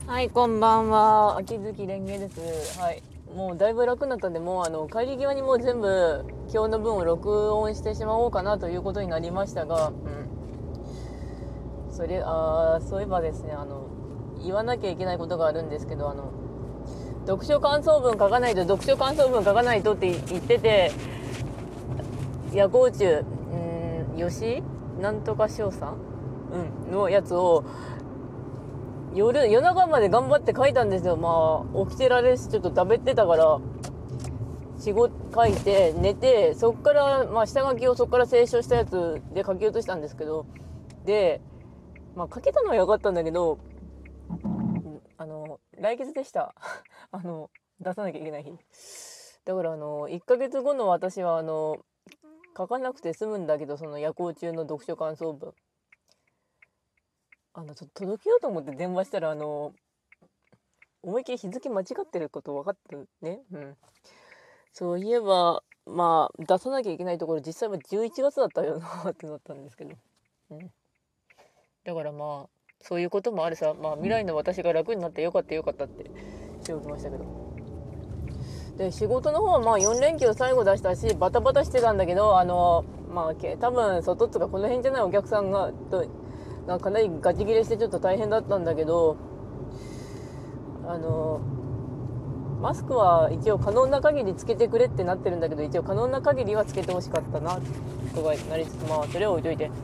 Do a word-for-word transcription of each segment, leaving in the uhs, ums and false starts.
はい、こんばんは。秋月蓮華です。はい。もうだいぶ楽になったんで、もうあの、帰り際にもう全部今日の分を録音してしまおうかなということになりましたが、うん。それ、あーそういえばですね、あの、言わなきゃいけないことがあるんですけど、あの、読書感想文書かないと、読書感想文書かないとって言ってて、夜光中、うん、吉なんとか翔さんうん、のやつを、夜、夜中まで頑張って書いたんですよ。まあ、起きてられるし、ちょっと食べてたから、仕事書いて、寝て、そっから、まあ、下書きをそっから清書したやつで書き落としたんですけど、で、まあ、書けたのは良かったんだけど、あの、来月でした。あの、出さなきゃいけない日。だから、あの、いっかげつごの私は、あの、書かなくて済むんだけど、その夜行中の読書感想文。あの、ちょっと届けようと思って電話したら、あの、思いっきり日付間違ってること分かったね。うん。そういえば、まあ、出さなきゃいけないところ、実際はじゅういちがつだったよなってなったんですけど。うん。だからまあ、そういうこともあるさ、まあ、未来の私が楽になってよかったよかったってしておきましたけど。で、仕事の方はまあよん連休最後出したし、バタバタしてたんだけど、あの、まあ、多分、外っつかこの辺じゃないお客さんが、と、がかなりガチ切れしてちょっと大変だったんだけど、あの、マスクは一応可能な限りつけてくれってなってるんだけど、一応可能な限りはつけてほしかったなとかなりつつ、まあそれを置いといて、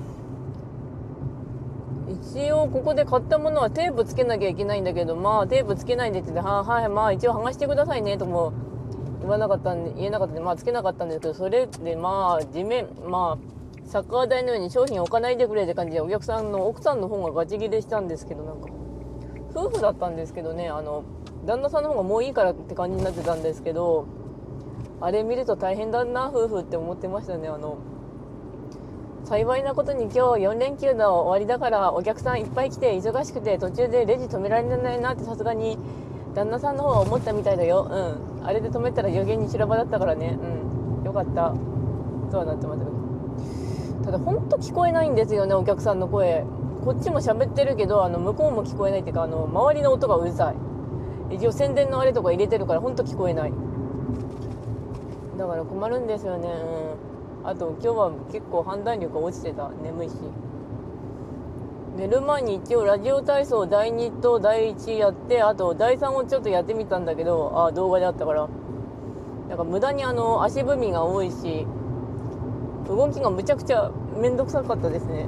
一応ここで買ったものはテープつけなきゃいけないんだけど、まあテープつけないんでって言って、ははい、まあ一応剥がしてくださいねとも言わなかったんで、言えなかったんで、まあつけなかったんですけど、それでまあ地面、まあサッカー台のように商品置かないでくれって感じで、お客さんの奥さんの方がガチ切れしたんですけど、なんか夫婦だったんですけどね、あの旦那さんの方がもういいからって感じになってたんですけど、あれ見ると大変だな夫婦って思ってましたね。あの幸いなことに今日よん連休の終わりだからお客さんいっぱい来て忙しくて途中でレジ止められないなってさすがに旦那さんの方は思ったみたいだよ。うん、あれで止めたら余計に修羅場だったからね。うん、よかったとはなってましたけど、ただほんと聞こえないんですよね、お客さんの声。こっちも喋ってるけど、あの向こうも聞こえないっていうか、あの周りの音がうるさい。一応宣伝のあれとか入れてるからほんと聞こえない。だから困るんですよね。うん、あと今日は結構判断力落ちてた。眠いし。寝る前に一応ラジオ体操だいにとだいいちやって、あとだいさんをちょっとやってみたんだけど、あ動画であったから、なんか無駄にあの足踏みが多いし、動きがむちゃくちゃめんどくさかったですね。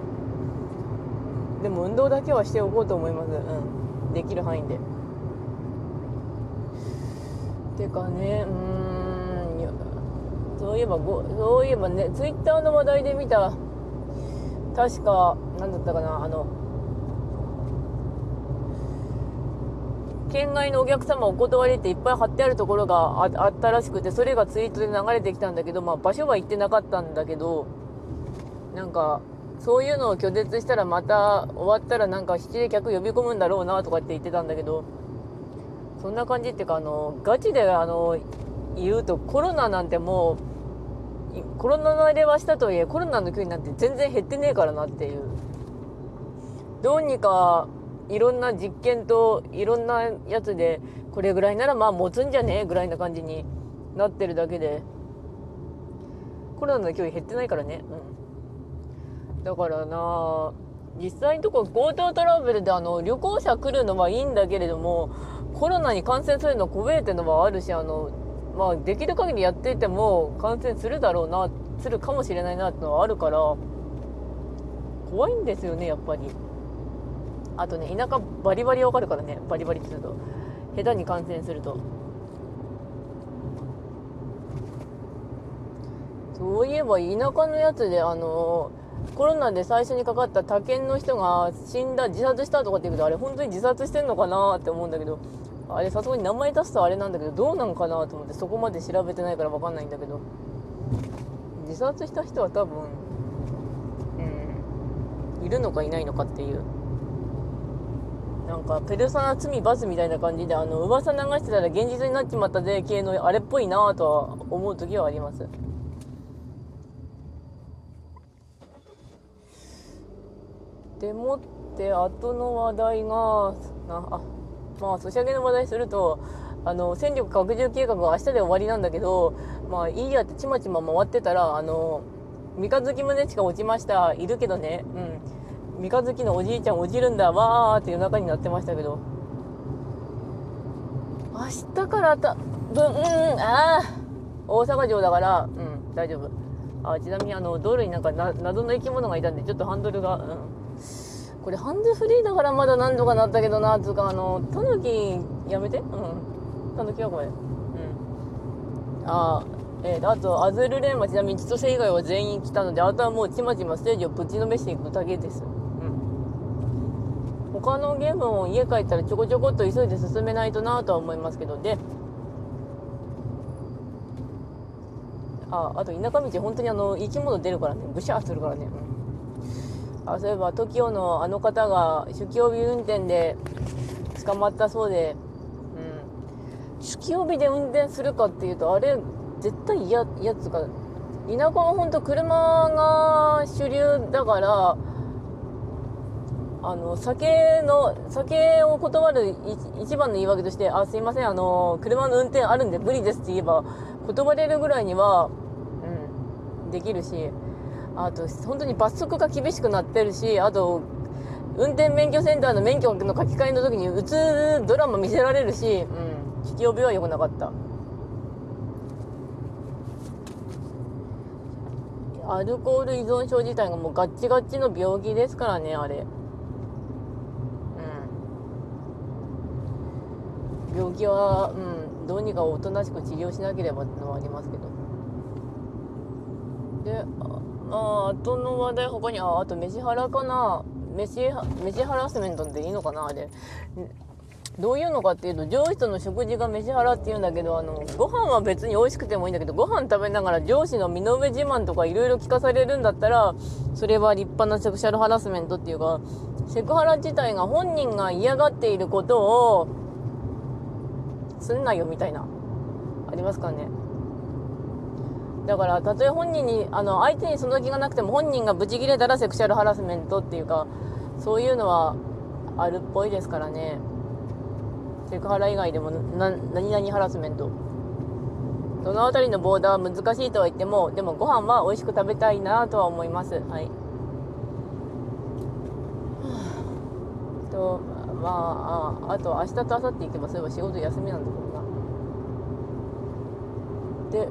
でも運動だけはしておこうと思います。うん、できる範囲で。てかね、うーん、いやそういえばごそういえばね、ツイッターの話題で見た、確か何だったかな、あの県外のお客様お断りっていっぱい貼ってあるところが あ, あったらしくて、それがツイートで流れてきたんだけど、まあ場所は行ってなかったんだけど、なんかそういうのを拒絶したらまた終わったらなんか七で客呼び込むんだろうなとかって言ってたんだけど、そんな感じっていうか、あのガチであの言うと、コロナなんてもうコロナ慣れはしたとはいえコロナの距離なんて全然減ってねえからなっていう。どうにかいろんな実験といろんなやつでこれぐらいならまあ持つんじゃねえぐらいな感じになってるだけで、コロナの距離減ってないからね。うん、だからな、実際のところ GoTo トラベルであの旅行者来るのはいいんだけれども、コロナに感染するの怖えってのはあるし、あのまあできる限りやっていても感染するだろうな、するかもしれないなってのはあるから怖いんですよね、やっぱり。あとね、田舎バリバリわかるからね、バリバリって言うと下手に感染すると。そういえば田舎のやつで、あのコロナで最初にかかった他県の人が死んだ、自殺したとかって言うけど、あれ本当に自殺してんのかなって思うんだけど、あれさすがに名前出すとあれなんだけど、どうなのかなと思って、そこまで調べてないから分かんないんだけど、自殺した人は多分、うん、いるのかいないのかっていう、なんかペルソナ罪罰みたいな感じで、あの噂流してたら現実になっちまったで系のあれっぽいなとは思う時はあります。でもって後の話題がなあまあソシャゲの話題すると、あの戦力拡充計画は明日で終わりなんだけど、まあいいやってちまちま回ってたら、あの三日月宗近落ちました。いるけどね、うん、三日月のおじいちゃん落ちるんだわーっていう中になってましたけど、明日からたぶん、うん、ああ大阪城だから、うん、大丈夫。あ、ちなみにあの道路になんかな謎の生き物がいたんで、ちょっとハンドルが、うん、これハンズフリーだからまだ何とかなったけどな、つうか、あのタヌキやめて、うん、タヌキはこれ、うん、あえー、あとアズルレーンはちなみに千歳以外は全員来たので、あとはもうちまちまステージをぶちのめしていくだけです。うん、他のゲームも家帰ったらちょこちょこっと急いで進めないとなとは思いますけど、で、ああと田舎道本当にあの生き物出るからね、ブシャーするからね、うん、あそういえば トキオ のあの方が酒気帯び運転で捕まったそうで、うん、酒気帯びで運転するかっていうと、あれ絶対嫌やつが、田舎は本当車が主流だから、あの酒の酒を断る一番の言い訳として、あすいません、あの車の運転あるんで無理ですって言えば断れるぐらいには、うん、できるし、あと本当に罰則が厳しくなってるし、あと運転免許センターの免許の書き換えの時にうつドラマ見せられるし、うん、酒気帯びは良くなかった。アルコール依存症自体がもうガッチガチの病気ですからね、あれ。うん、病気は、うん、どうにかおとなしく治療しなければってのはありますけど。で、あ、まあ、あとの話題他に、あ、あと飯腹かな。飯、飯ハラスメントっていいのかな、あれ。どういうのかっていうと、上司との食事が飯腹っていうんだけど、あのご飯は別に美味しくてもいいんだけど、ご飯食べながら上司の身の上自慢とかいろいろ聞かされるんだったら、それは立派なセクシャルハラスメントっていうか、セクハラ自体が本人が嫌がっていることをすんなよみたいな、ありますかね。だからたとえ本人に、あの相手にその気がなくても本人がブチギレたらセクシャルハラスメントっていうか、そういうのはあるっぽいですからね。セクハラ以外でもな何々ハラスメント、そのあたりのボーダーは難しいとは言っても、でもご飯は美味しく食べたいなとは思います。はい。とまあ、ああと明日と明後日行けばそういえば仕事休みなんだけどな。で、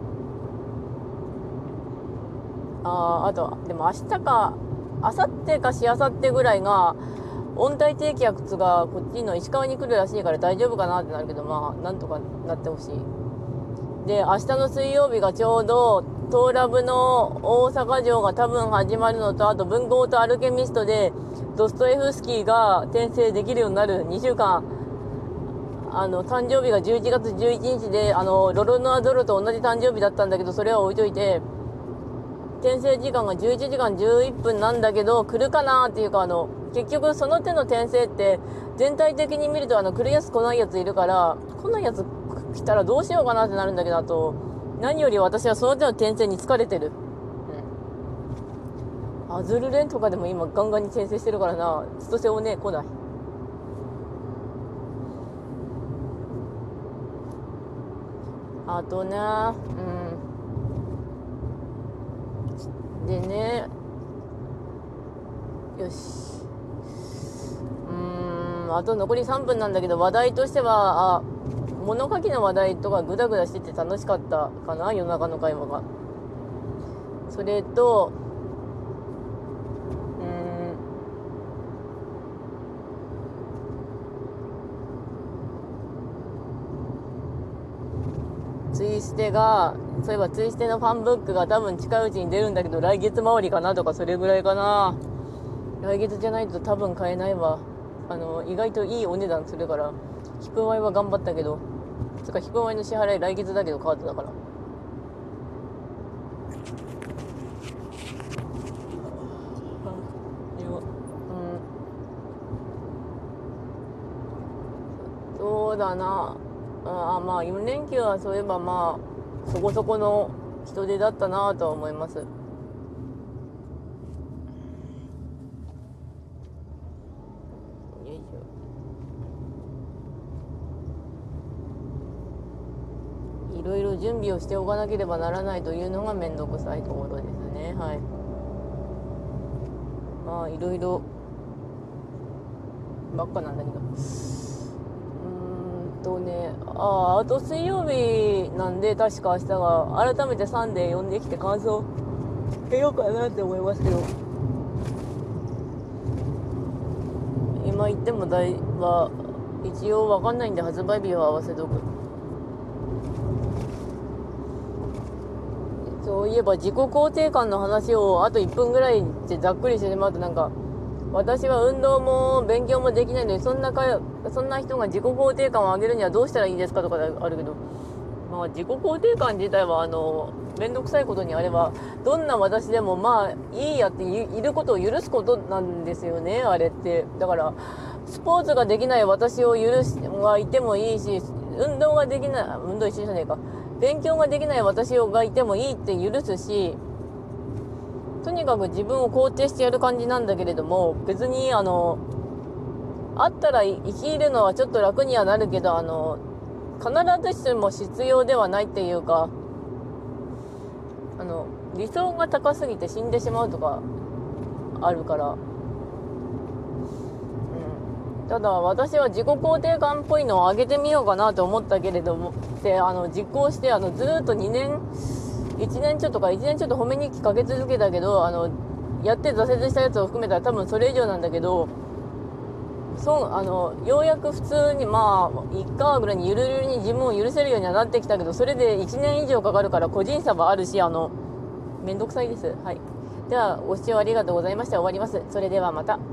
ああとでも明日か明後日かしあさってぐらいが温帯低気圧がこっちの石川に来るらしいから大丈夫かなってなるけど、まあなんとかなってほしい。で、明日の水曜日がちょうどトーラブの大阪城が多分始まるのと、あと文豪とアルケミストでドストエフスキーが転生できるようになるにしゅうかん、あの誕生日がじゅういちがつじゅういちにちで、あのロロノアゾロと同じ誕生日だったんだけど、それは置いといて、転生時間がじゅういちじかんじゅういっぷんなんだけど、来るかなっていうか、あの結局その手の転生って全体的に見ると、あの来るやつ来ないやついるから、来ないやつ来たらどうしようかなってなるんだけど、あと何より私はその手の転生に疲れてる。うん、アズルレンとかでも今ガンガンに転生してるからな、千歳をね来ない。あとね、うんでね、よし、うーんあと残りさんぷんなんだけど、話題としては、あ物書きの話題とかグダグダしてて楽しかったかな、夜中の会話が。それと、うーんツイステが、そういえばツイステのファンブックが多分近いうちに出るんだけど、来月回りかなとか、それぐらいかな。来月じゃないと多分買えないわ。あの意外といいお値段するから、ヒプワイは頑張ったけど、つかヒプワイの支払い来月だけどカードだから。うん、そうだなあ。まあよ連休はそういえばまあそこそこの人手だったなとは思います。よいしょ。 いろいろ準備をしておかなければならないというのがめんどくさいところですね。はい。まあいろいろばっかなんだけど、うーんとねああと水曜日なんで、確か明日が改めてサンデー読んできて感想得ようかなって思いますけど、今言っても大は一応わかんないんで発売日を合わせとく。そういえば自己肯定感の話をあといっぷんぐらいでざっくりしてしまうと、なんか私は運動も勉強もできないのに、そんなかそんな人が自己肯定感を上げるにはどうしたらいいですかとかあるけど、まあ自己肯定感自体はあの面倒くさいことにあれば、どんな私でもまあいいやっていることを許すことなんですよね、あれって。だからスポーツができない私を許してはいてもいいし、運動ができない運動一緒じゃねえか勉強ができない私がいてもいいって許すし、とにかく自分を肯定してやる感じなんだけれども、別にあのあったら生きるのはちょっと楽にはなるけど、あの必ずしも必要ではないっていうか、あの理想が高すぎて死んでしまうとかあるから、うん、ただ私は自己肯定感っぽいのを上げてみようかなと思ったけれども、であの実行してあのずっとにねんいちねんちょっとかいちねんちょっと褒め日記かけ続けたけど、あのやって挫折したやつを含めたら多分それ以上なんだけど、そうあのようやく普通にまあいっかぐらいにゆるゆるに自分を許せるようにはなってきたけど、それでいちねん以上かかるから個人差はあるし、あのめんどくさいです。はい。ではご視聴ありがとうございました。終わります。それではまた。